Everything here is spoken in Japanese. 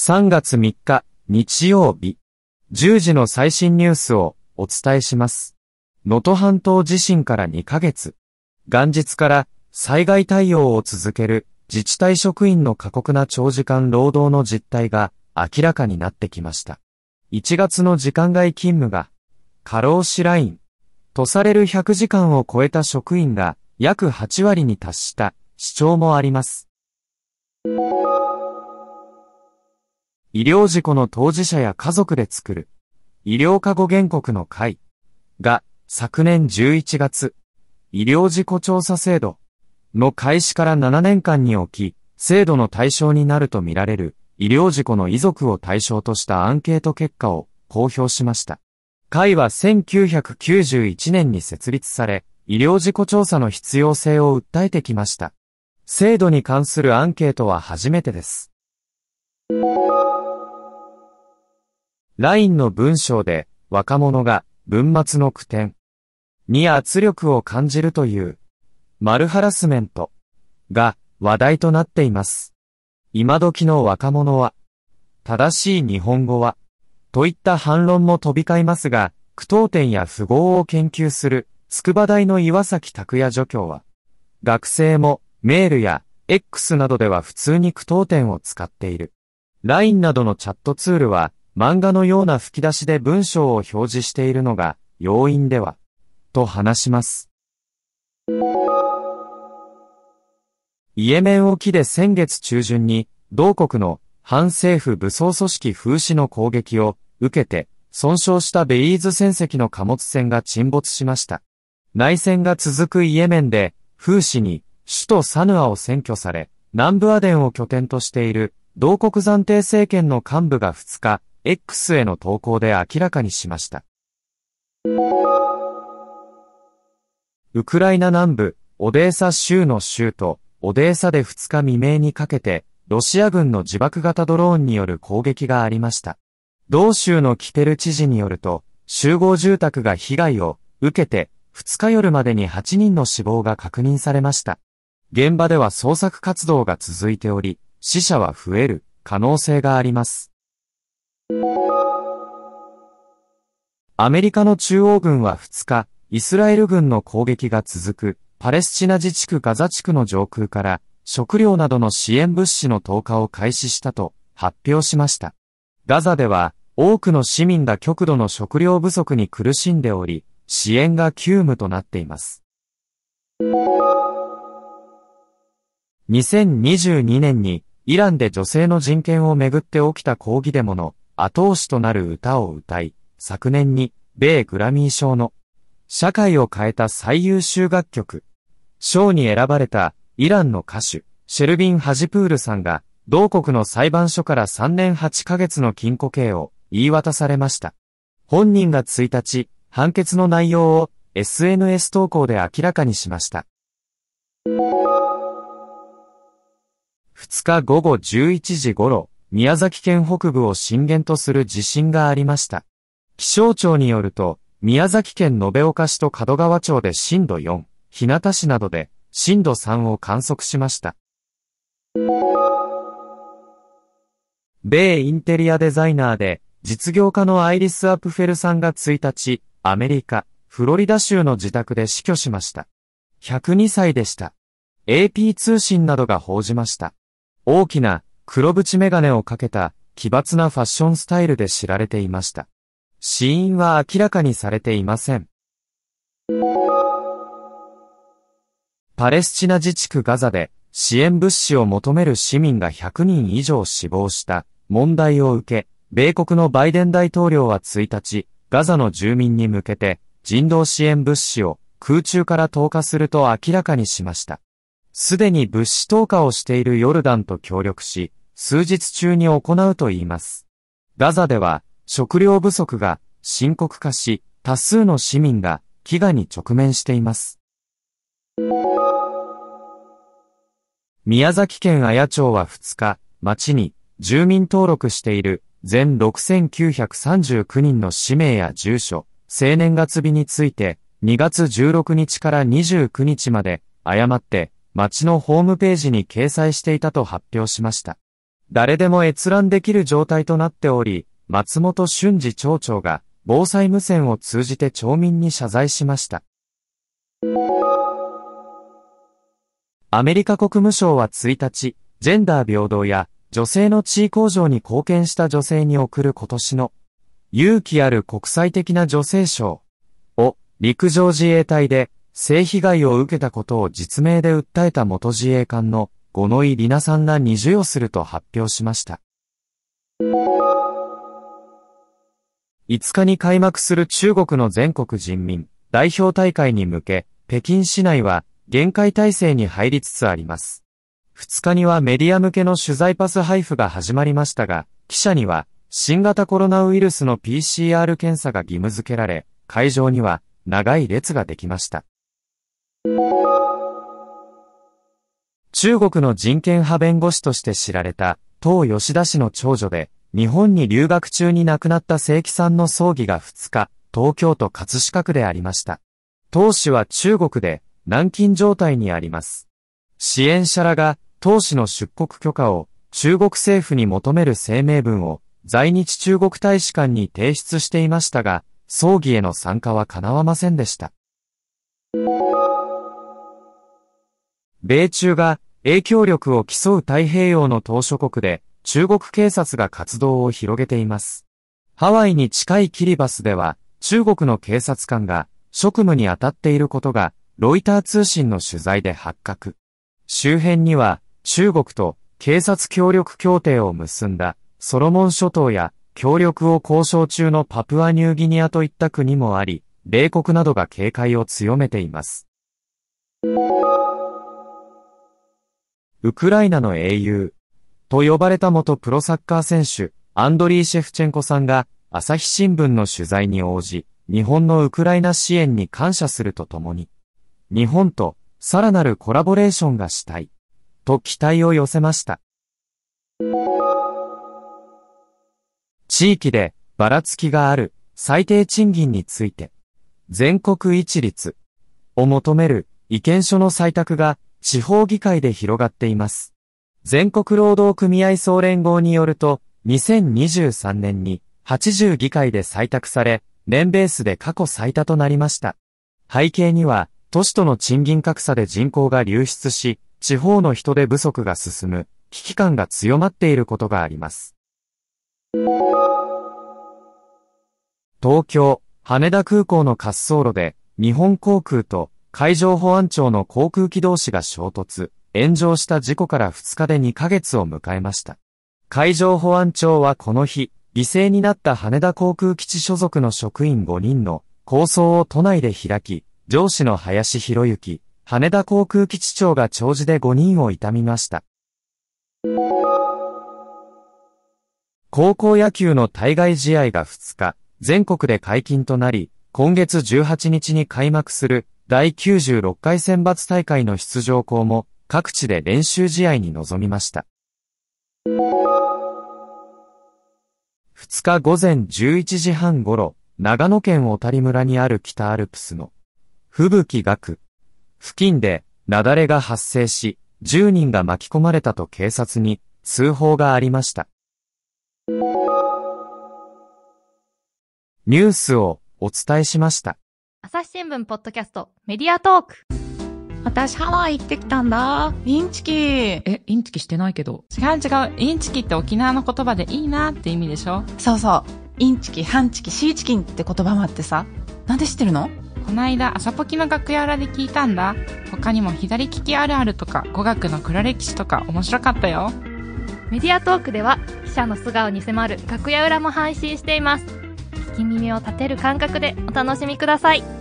3月3日、日曜日。10時の最新ニュースをお伝えします。能登半島地震から2ヶ月。元日から災害対応を続ける自治体職員の過酷な長時間労働の実態が明らかになってきました。1月の時間外勤務が過労死ラインとされる100時間を超えた職員が約8割に達した主張もあります。医療事故の当事者や家族で作る医療過誤原告の会が昨年11月、医療事故調査制度の開始から7年間におき、制度の対象になるとみられる医療事故の遺族を対象としたアンケート結果を公表しました。会は1991年に設立され、医療事故調査の必要性を訴えてきました。制度に関するアンケートは初めてです。LINE の文章で若者が文末の句点に圧力を感じるというマルハラスメントが話題となっています。今時の若者は正しい日本語はといった反論も飛び交いますが、句読点や符号を研究する筑波大の岩崎拓也助教は、学生もメールや X などでは普通に句読点を使っている。LINE などのチャットツールは漫画のような吹き出しで文章を表示しているのが要因では、と話します。イエメン沖で先月中旬に同国の反政府武装組織フーシの攻撃を受けて損傷したベイーズ船籍の貨物船が沈没しました。内戦が続くイエメンでフーシに首都サヌアを占拠され、南部アデンを拠点としている同国暫定政権の幹部が2日、X への投稿で明らかにしました。ウクライナ南部、オデーサ州の州都、オデーサで2日未明にかけて、ロシア軍の自爆型ドローンによる攻撃がありました。同州のキペル知事によると、集合住宅が被害を受けて、2日夜までに8人の死亡が確認されました。現場では捜索活動が続いており、死者は増える可能性があります。アメリカの中央軍は2日、イスラエル軍の攻撃が続くパレスチナ自治区ガザ地区の上空から食料などの支援物資の投下を開始したと発表しました。ガザでは多くの市民が極度の食料不足に苦しんでおり、支援が急務となっています。2022年にイランで女性の人権をめぐって起きた抗議デモの後押しとなる歌を歌い、昨年に米グラミー賞の社会を変えた最優秀楽曲賞に選ばれたイランの歌手シェルビン・ハジプールさんが同国の裁判所から3年8ヶ月の禁錮刑を言い渡されました。本人が1日判決の内容を SNS 投稿で明らかにしました。2日午後11時頃、宮崎県北部を震源とする地震がありました。気象庁によると、宮崎県延岡市と門川町で震度4、日向市などで震度3を観測しました。米インテリアデザイナーで実業家のアイリス・アプフェルさんが1日、アメリカ、フロリダ州の自宅で死去しました。102歳でした。AP 通信などが報じました。大きな黒縁メガネをかけた奇抜なファッションスタイルで知られていました。死因は明らかにされていません。パレスチナ自治区ガザで支援物資を求める市民が100人以上死亡した問題を受け、米国のバイデン大統領は1日、ガザの住民に向けて人道支援物資を空中から投下すると明らかにしました。すでに物資投下をしているヨルダンと協力し、数日中に行うといいます。ガザでは食料不足が深刻化し、多数の市民が飢餓に直面しています。宮崎県綾町は2日、町に住民登録している全6939人の氏名や住所、生年月日について2月16日から29日まで誤って町のホームページに掲載していたと発表しました。 誰でも閲覧できる状態となっており、松本俊二町長が防災無線を通じて町民に謝罪しました。アメリカ国務省は1日、ジェンダー平等や女性の地位向上に貢献した女性に贈る今年の勇気ある国際的な女性賞を陸上自衛隊で性被害を受けたことを実名で訴えた元自衛官の五ノ井里奈さんらに授与すると発表しました。5日に開幕する中国の全国人民代表大会に向け、北京市内は厳戒態勢に入りつつあります。2日にはメディア向けの取材パス配布が始まりましたが、記者には新型コロナウイルスの PCR 検査が義務付けられ、会場には長い列ができました。中国の人権派弁護士として知られた唐吉田氏の長女で、日本に留学中に亡くなった正規さんの葬儀が2日、東京都葛飾区でありました。唐氏は中国で軟禁状態にあります。支援者らが唐氏の出国許可を中国政府に求める声明文を在日中国大使館に提出していましたが、葬儀への参加は叶わませんでした。米中が影響力を競う太平洋の島諸国で中国警察が活動を広げています。ハワイに近いキリバスでは中国の警察官が職務に当たっていることがロイター通信の取材で発覚。周辺には中国と警察協力協定を結んだソロモン諸島や協力を交渉中のパプアニューギニアといった国もあり、米国などが警戒を強めています。ウクライナの英雄と呼ばれた元プロサッカー選手アンドリー・シェフチェンコさんが朝日新聞の取材に応じ、日本のウクライナ支援に感謝するとともに、日本とさらなるコラボレーションがしたいと期待を寄せました。地域でばらつきがある最低賃金について、全国一律を求める意見書の採択が地方議会で広がっています。全国労働組合総連合によると、2023年に80議会で採択され、年ベースで過去最多となりました。背景には、都市との賃金格差で人口が流出し、地方の人手不足が進む、危機感が強まっていることがあります。東京、羽田空港の滑走路で、日本航空と海上保安庁の航空機同士が衝突、炎上した事故から2日で2ヶ月を迎えました。海上保安庁はこの日、犠牲になった羽田航空基地所属の職員5人の抗争を都内で開き、上司の林博之、羽田航空基地長が弔辞で5人を悼みました。高校野球の対外試合が2日、全国で解禁となり、今月18日に開幕する第96回選抜大会の出場校も各地で練習試合に臨みました。2日午前11時半頃、長野県小谷村にある北アルプスの吹雪岳付近で雪崩が発生し、10人が巻き込まれたと警察に通報がありました。ニュースをお伝えしました。 朝日新聞ポッドキャストメディアトーク。 私ハワイ行ってきたんだ。インチキ。 インチキしてないけど。 違う。インチキって沖縄の言葉でいいなって意味でしょ。そう。インチキ、ハンチキ、シーチキンって言葉もあってさ。なんで知ってるの？こないだ朝ポキの楽屋裏で聞いたんだ。他にも左利きあるあるとか語学の黒歴史とか面白かったよ。 メディアトークでは記者の素顔に迫る楽屋裏も配信しています。聞き耳を立てる感覚でお楽しみください。